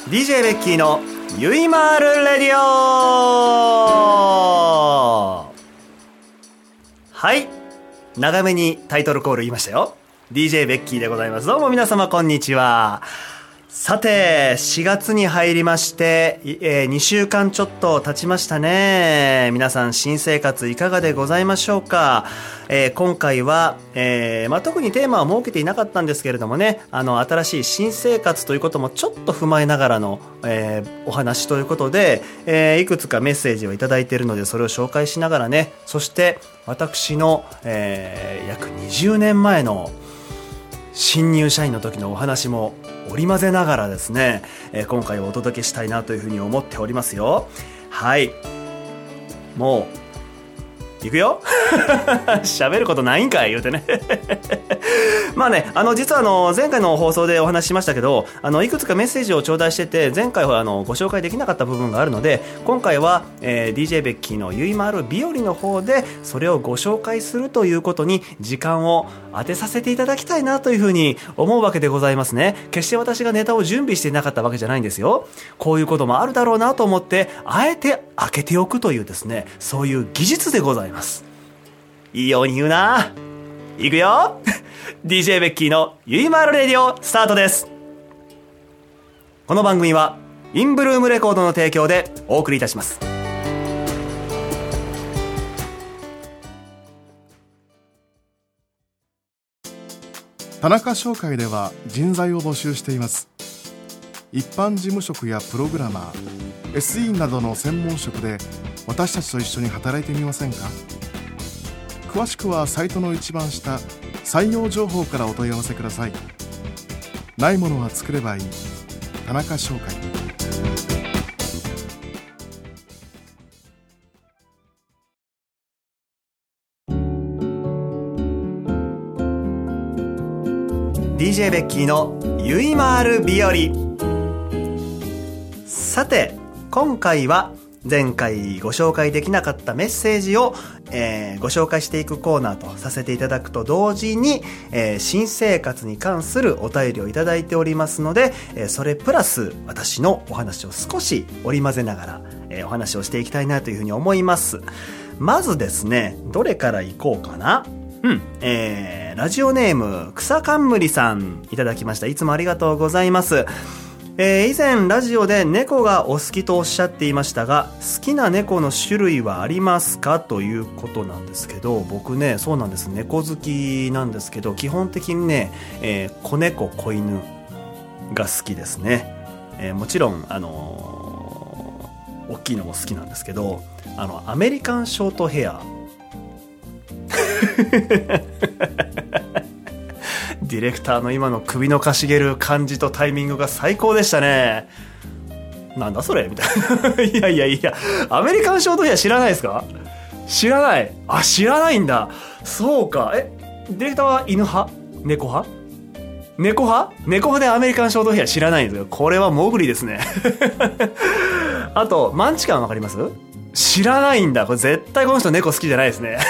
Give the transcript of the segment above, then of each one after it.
DJ ベッキーのゆいまーるレディオ。はい、長めにタイトルコール言いましたよ。 DJ ベッキーでございます。どうも皆様こんにちは。さて4月に入りまして、2週間ちょっと経ちましたね。皆さん新生活いかがでございましょうか。今回は、特にテーマは設けていなかったんですけれどもね、新しい新生活ということもちょっと踏まえながらの、お話ということで、いくつかメッセージをいただいているので、それを紹介しながらね、そして私の、約20年前の新入社員の時のお話も織り交ぜながらですね、今回はお届けしたいなというふうに思っておりますよ。はい、もう行くよ喋ることないんかい言うてねまあね、実は前回の放送でお話ししましたけど、いくつかメッセージを頂戴してて、前回はご紹介できなかった部分があるので、今回は、DJ ベッキーのゆいまる日和の方でそれをご紹介するということに時間を当てさせていただきたいなというふうに思うわけでございますね。決して私がネタを準備していなかったわけじゃないんですよ。こういうこともあるだろうなと思ってあえて開けておくというですね、そういう技術でございます。いいように言うな。いくよDJ ベッキーのゆいまるレディオスタートです。この番組はインブルームレコードの提供でお送りいたします。 田中商会では人材を募集しています。一般事務職やプログラマー、SE などの専門職で私たちと一緒に働いてみませんか。詳しくはサイトの一番下、採用情報からお問い合わせください。ないものは作ればいい。田中商会。 DJ ベッキーのゆいまーる日和。さて今回は前回ご紹介できなかったメッセージを、ご紹介していくコーナーとさせていただくと同時に、新生活に関するお便りをいただいておりますので、それプラス私のお話を少し織り交ぜながら、お話をしていきたいなというふうに思います。まずですね、どれからいこうかな。ラジオネーム草冠さんいただきました。いつもありがとうございます。以前ラジオで猫がお好きとおっしゃっていましたが、好きな猫の種類はありますかということなんですけど、僕ね、そうなんです、猫好きなんですけど、基本的にね、子猫子犬が好きですね。もちろん大きいのも好きなんですけど、アメリカンショートヘアディレクターの今の首のかしげる感じとタイミングが最高でしたね。なんだそれみたいないやアメリカンショートヘア知らないですか。知らない。あ、知らないんだ。そうか。ディレクターは犬派猫派猫派でアメリカンショートヘア知らないんですよ。これはモグリですねあとマンチカンわかります？知らないんだ。これ絶対この人猫好きじゃないですね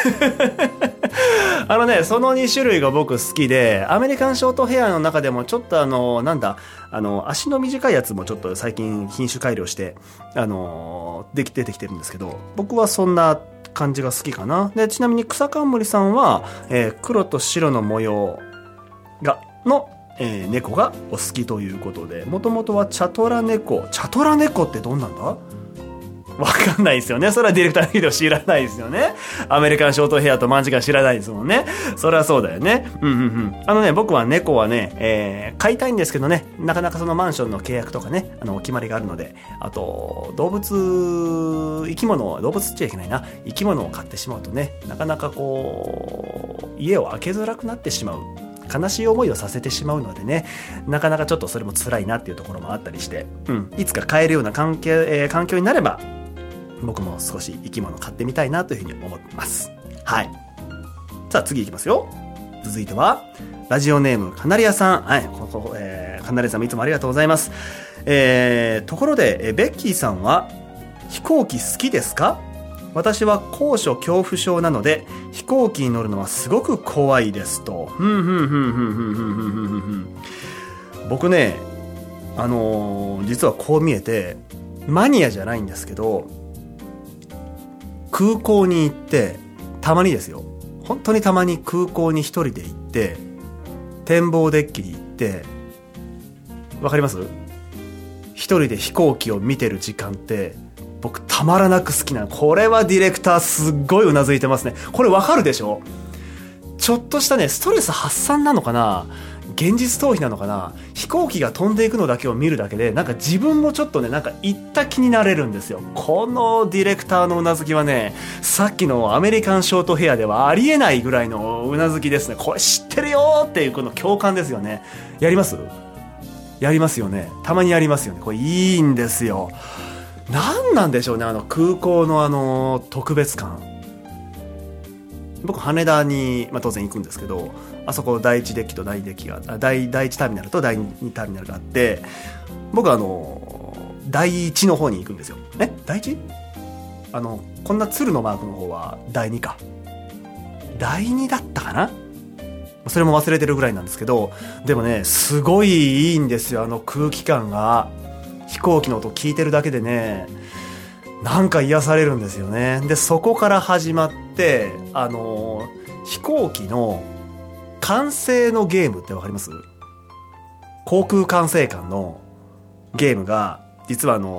その2種類が僕好きで、アメリカンショートヘアの中でもちょっと足の短いやつもちょっと最近品種改良して出てきてるんですけど、僕はそんな感じが好きかな。で、ちなみに草冠さんは、黒と白の模様の猫がお好きということで、もともとはチャトラ猫ってどんなんだわかんないですよね。それはディレクターの人知らないですよね。アメリカンショートヘアとマンチカン知らないですもんね。それはそうだよね。僕は猫はね、飼いたいんですけどね、なかなかそのマンションの契約とかね、決まりがあるので、あと動物っちゃいけないな、生き物を飼ってしまうとね、なかなかこう家を開けづらくなってしまう、悲しい思いをさせてしまうのでね、なかなかちょっとそれも辛いなっていうところもあったりして、いつか飼えるような環境になれば僕も少し生き物を飼ってみたいなというふうに思ってます。はい。さあ次いきますよ。続いてはラジオネームカナリアさん。はい、カナリアさんもいつもありがとうございます。ところでベッキーさんは飛行機好きですか？私は高所恐怖症なので飛行機に乗るのはすごく怖いですと。僕ね、 実はこう見えてマニアじゃないんですけど、空港に行ってたまにですよ、本当にたまに空港に一人で行って展望デッキに行って、わかります？一人で飛行機を見てる時間って僕たまらなく好きなの。これはディレクターすっごいうなずいてますね。これわかるでしょ？ちょっとしたねストレス発散なのかな、現実逃避なのかな、飛行機が飛んでいくのだけを見るだけでなんか自分もちょっとねなんか行った気になれるんですよ。このディレクターのうなずきはね、さっきのアメリカンショートヘアではありえないぐらいのうなずきですね。これ知ってるよっていうこの共感ですよね。やります？やりますよね。たまにやりますよね。これいいんですよ。何なんでしょうね、空港の特別感。僕羽田に、当然行くんですけど、あそこ第1デッキと第2デッキが第1ターミナルと第2ターミナルがあって、僕第1の方に行くんですよ。第 1？ こんな鶴のマークの方は第2か。第2だったかな？それも忘れてるぐらいなんですけど、でもねすごいいいんですよ。空気感が、飛行機の音聞いてるだけでねなんか癒されるんですよね。でそこから始まって飛行機の管制のゲームってわかります？航空管制官のゲームが実は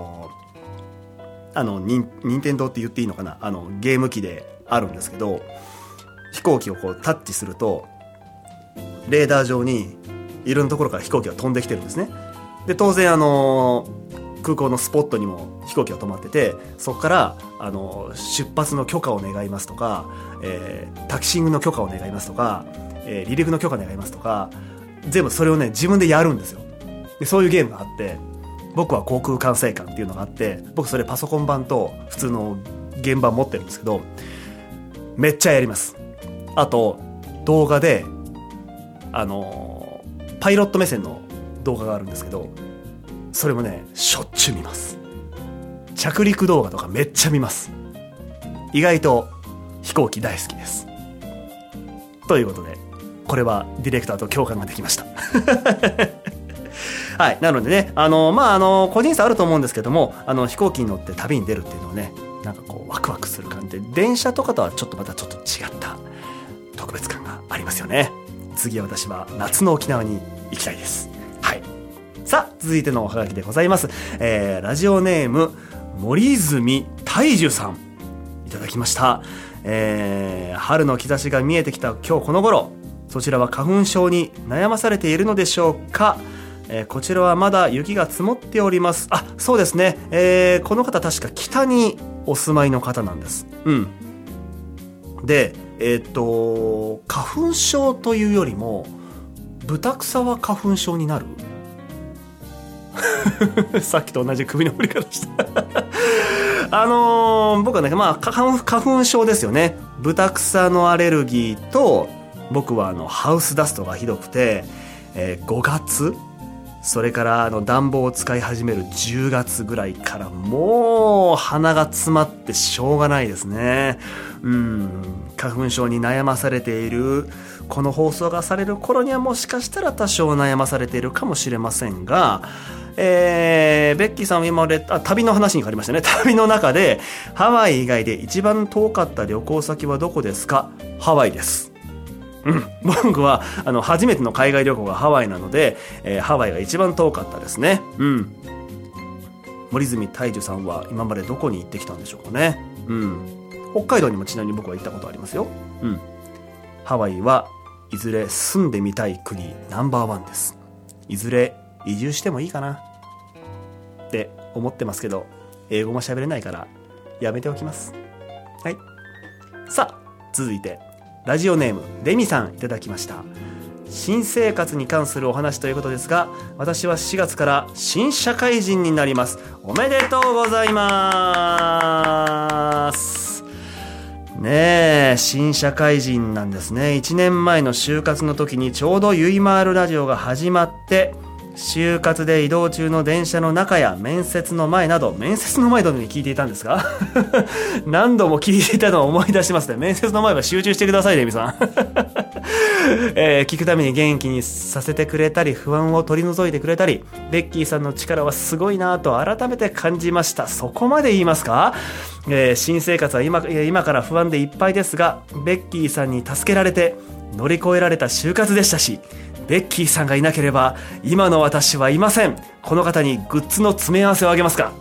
任天堂って言っていいのかな、ゲーム機であるんですけど、飛行機をこうタッチするとレーダー上にいろんなところから飛行機が飛んできてるんですね。で当然空港のスポットにも飛行機が止まってて、そこから出発の許可を願いますとか、タキシングの許可を願いますとか、離陸の許可願いますとか、全部それをね自分でやるんですよ。でそういうゲームがあって、僕は航空管制官っていうのがあって、僕それパソコン版と普通のゲーム版持ってるんですけど、めっちゃやります。あと動画でパイロット目線の動画があるんですけど、それもねしょっちゅう見ます。着陸動画とかめっちゃ見ます。意外と飛行機大好きです。ということでこれはディレクターと共感ができましたはい、なのでね個人差あると思うんですけども、飛行機に乗って旅に出るっていうのをね、なんかこうワクワクする感じで、電車とかとはちょっとまたちょっと違った特別感がありますよね。次は私は夏の沖縄に行きたいです。はい。さあ続いてのおはがきでございます。ラジオネーム森泉大樹さんいただきました。春の兆しが見えてきた今日この頃、そちらは花粉症に悩まされているのでしょうか？こちらはまだ雪が積もっております。あ、そうですね。この方確か北にお住まいの方なんです。うん。で、花粉症というよりもブタクサは花粉症になるさっきと同じ首の振り方した僕はね、花粉症ですよね。ブタクサのアレルギーと、僕はハウスダストがひどくて、5月それから暖房を使い始める10月ぐらいからもう鼻が詰まってしょうがないですね。花粉症に悩まされている、この放送がされる頃にはもしかしたら多少悩まされているかもしれませんが、ベッキーさんは今旅の話に変わりましたね。旅の中でハワイ以外で一番遠かった旅行先はどこですか？ハワイです。僕は初めての海外旅行がハワイなので、ハワイが一番遠かったですね。森泉大樹さんは今までどこに行ってきたんでしょうかね。北海道にもちなみに僕は行ったことありますよ。ハワイはいずれ住んでみたい国ナンバー1です。いずれ移住してもいいかなって思ってますけど、英語も喋れないからやめておきます。はい。さあ続いてラジオネームレミさんいただきました。新生活に関するお話ということですが、私は4月から新社会人になります。おめでとうございますね。新社会人なんですね。1年前の就活の時にちょうどゆいまーるラジオが始まって、就活で移動中の電車の中や面接の前などに聞いていたんですが何度も聞いていたのを思い出しますね。面接の前は集中してくださいね、みさん聞くために元気にさせてくれたり、不安を取り除いてくれたり、ベッキーさんの力はすごいなと改めて感じました。そこまで言いますか？新生活は今から不安でいっぱいですが、ベッキーさんに助けられて乗り越えられた就活でしたし、ベッキーさんがいなければ今の私はいません。この方にグッズの詰め合わせをあげますか？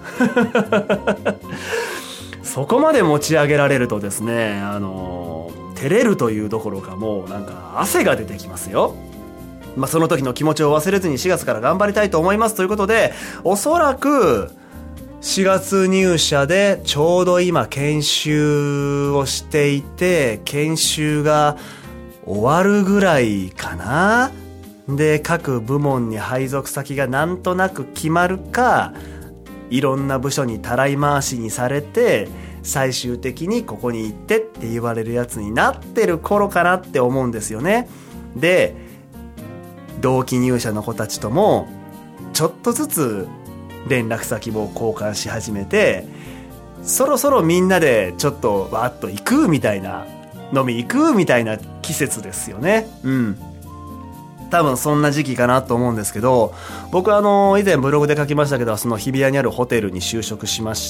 そこまで持ち上げられるとですね、照れるというどころか、もうなんか汗が出てきますよ。その時の気持ちを忘れずに4月から頑張りたいと思いますということで、おそらく4月入社でちょうど今研修をしていて、研修が終わるぐらいかな。で、各部門に配属先がなんとなく決まるか、いろんな部署にたらい回しにされて、最終的にここに行ってって言われるやつになってる頃かなって思うんですよね。で、同期入社の子たちともちょっとずつ連絡先を交換し始めて、そろそろみんなでちょっとわーっと行くみたいな、飲み行くみたいな季節ですよね。多分そんな時期かなと思うんですけど、僕は以前ブログで書きましたけど、その日比谷にあるホテルに就職しまして、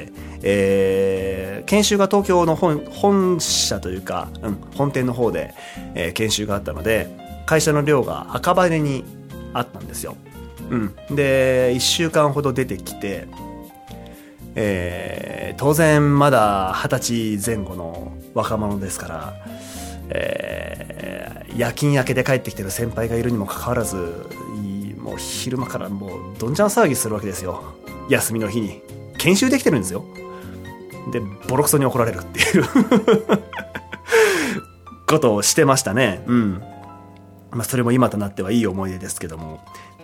研修が東京の本社というか、本店の方で、研修があったので、会社の寮が赤羽にあったんですよ。で、1週間ほど出てきて、当然まだ20歳前後の若者ですから、夜勤明けで帰ってきてる先輩がいるにもかかわらず、もう昼間からもうどんちゃん騒ぎするわけですよ。休みの日に研修できてるんですよ。で、ボロクソに怒られるっていうことをしてましたね。それも今となってはいい思い出ですけども。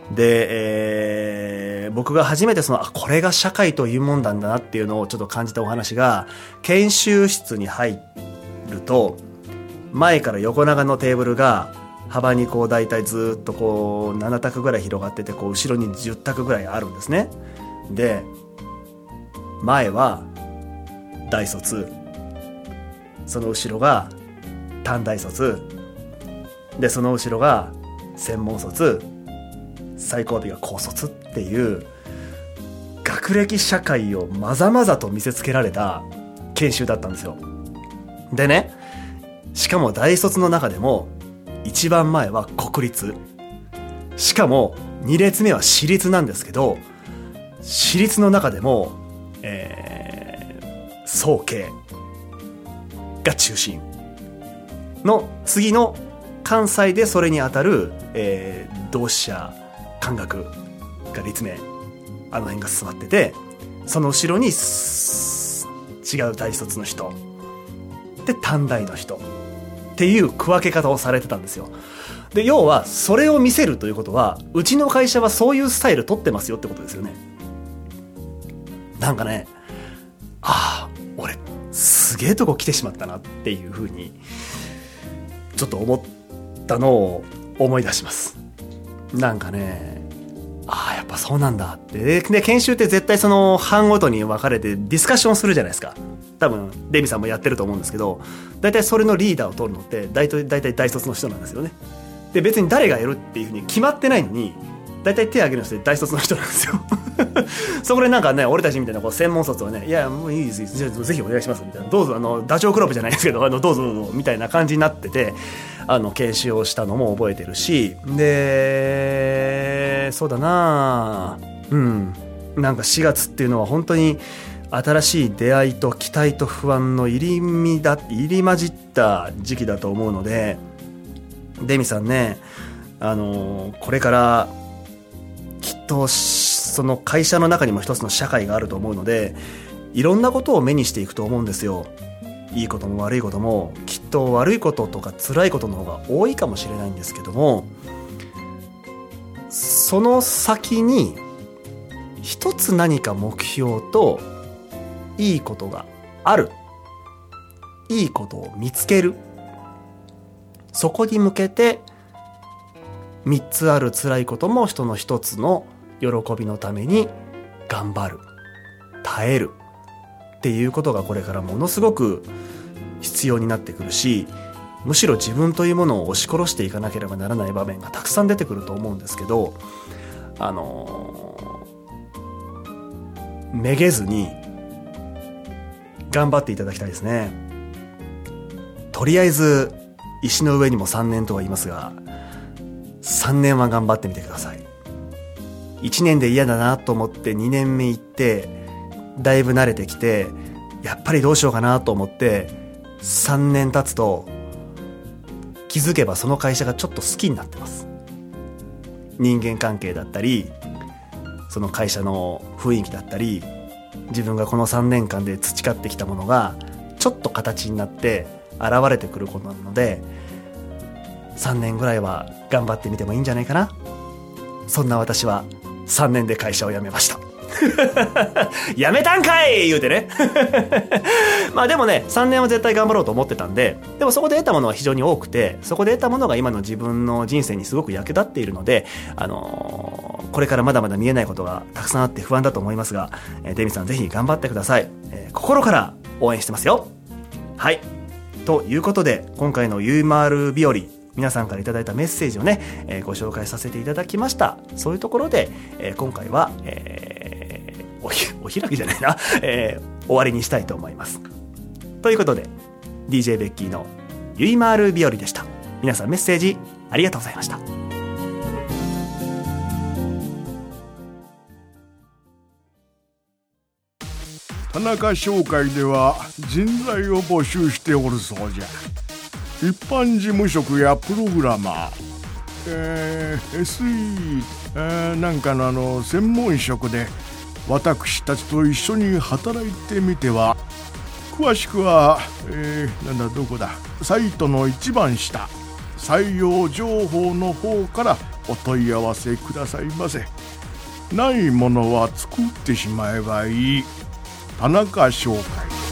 で、僕が初めてこれが社会というもんなんだなっていうのをちょっと感じたお話が、研修室に入ると、前から横長のテーブルが幅にこうだいたいずっとこう7択ぐらい広がってて、こう後ろに10択ぐらいあるんですね。で、前は大卒、その後ろが短大卒で、その後ろが専門卒、最後尾が高卒っていう学歴社会をまざまざと見せつけられた研修だったんですよ。でね、しかも大卒の中でも一番前は国立、しかも2列目は私立なんですけど、私立の中でも、総計が中心の次の関西でそれにあたる、同志社関学が立命、あの辺が座ってて、その後ろに違う大卒の人で短大の人っていう区分け方をされてたんですよ。で、要はそれを見せるということは、うちの会社はそういうスタイル取ってますよってことですよね。なんかね、俺すげえとこ来てしまったなっていうふうにちょっと思ったのを思い出します。なんかね、やっぱそうなんだって。で、研修って絶対その班ごとに分かれてディスカッションするじゃないですか。多分デミさんもやってると思うんですけど、大体それのリーダーを取るのって大体大卒の人なんですよね。で、別に誰がやるっていうふうに決まってないのに、大体手挙げる人で大卒の人なんですよ。そこでなんかね、俺たちみたいなこう専門卒はね、いやもういいです、じゃあぜひお願いしますみたいな、どうぞダチョウ倶楽部じゃないですけど、どうぞどうぞみたいな感じになってて、研修をしたのも覚えてるし、で、そうだな、なんか4月っていうのは本当に新しい出会いと期待と不安の入り混じった時期だと思うので、デミさんね、これからきっとその会社の中にも一つの社会があると思うので、いろんなことを目にしていくと思うんですよ。いいことも悪いことも、きっと悪いこととか辛いことの方が多いかもしれないんですけども、その先に一つ何か目標といいことがある、いいことを見つける、そこに向けて3つある辛いことも人の一つの喜びのために頑張る、耐えるっていうことがこれからものすごく必要になってくるし、 むしろ自分というものを押し殺していかなければならない場面がたくさん出てくると思うんですけど、めげずに頑張っていただきたいですね。とりあえず石の上にも3年とは言いますが、3年は頑張ってみてください。1年で嫌だなと思って2年目行ってだいぶ慣れてきて、やっぱりどうしようかなと思って3年経つと気づけばその会社がちょっと好きになってます。人間関係だったり、その会社の雰囲気だったり、自分がこの3年間で培ってきたものがちょっと形になって現れてくることなので、3年ぐらいは頑張ってみてもいいんじゃないかな。そんな私は3年で会社を辞めました辞めたんかい言うてねまあでもね、3年は絶対頑張ろうと思ってたんで、でもそこで得たものは非常に多くて、そこで得たものが今の自分の人生にすごく役立っているので、これからまだまだ見えないことがたくさんあって不安だと思いますが、デミさんぜひ頑張ってください。心から応援してますよ。はい、ということで今回のゆいまーる日和、皆さんからいただいたメッセージをね、ご紹介させていただきました。そういうところで、今回は、お開きじゃないな、終わりにしたいと思います。ということで DJ ベッキーのゆいまーる日和でした。皆さんメッセージありがとうございました。 田中商会では人材を募集しておるそうじゃ。一般事務職やプログラマー、SE、なんかの専門職で私たちと一緒に働いてみては。詳しくは、どこだ、サイトの一番下、採用情報の方からお問い合わせくださいませ。ないものは作ってしまえばいい。田中商会。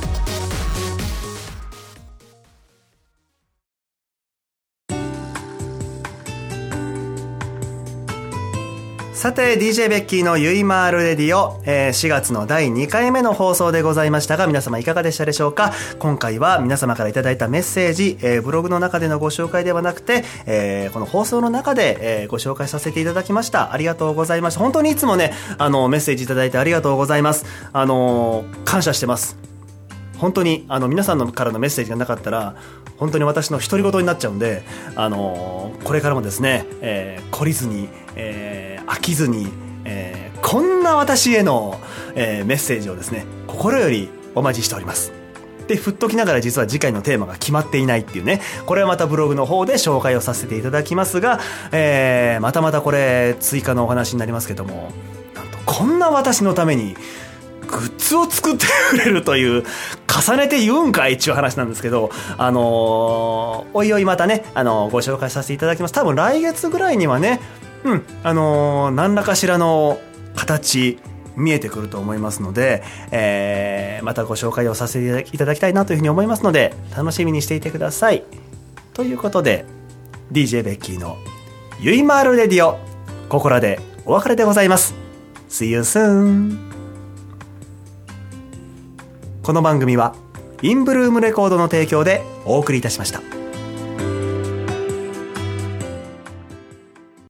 さて DJ ベッキーのゆいまーるレディオ、4月の第2回目の放送でございましたが、皆様いかがでしたでしょうか。今回は皆様からいただいたメッセージ、ブログの中でのご紹介ではなくて、この放送の中で、ご紹介させていただきました。ありがとうございました。本当にいつもね、メッセージいただいてありがとうございます。感謝してます。本当に皆さんからのメッセージがなかったら本当に私の独り言になっちゃうんで、これからもですね、懲りずに、飽きずに、こんな私への、メッセージをですね、心よりお待ちしております。で、振っときながら実は次回のテーマが決まっていないっていうね、これはまたブログの方で紹介をさせていただきますが、またこれ追加のお話になりますけども、なんとこんな私のためにグッズを作ってくれるという、重ねて言うんかいっていう話なんですけど、おいおいまたね、ご紹介させていただきます。多分来月ぐらいにはね、何らかしらの形見えてくると思いますので、またご紹介をさせていただきたいなというふうに思いますので、楽しみにしていてください。ということで DJ ベッキーのゆいまーるレディオ、ここらでお別れでございます。 See you soon。 この番組はインブルームレコードの提供でお送りいたしました。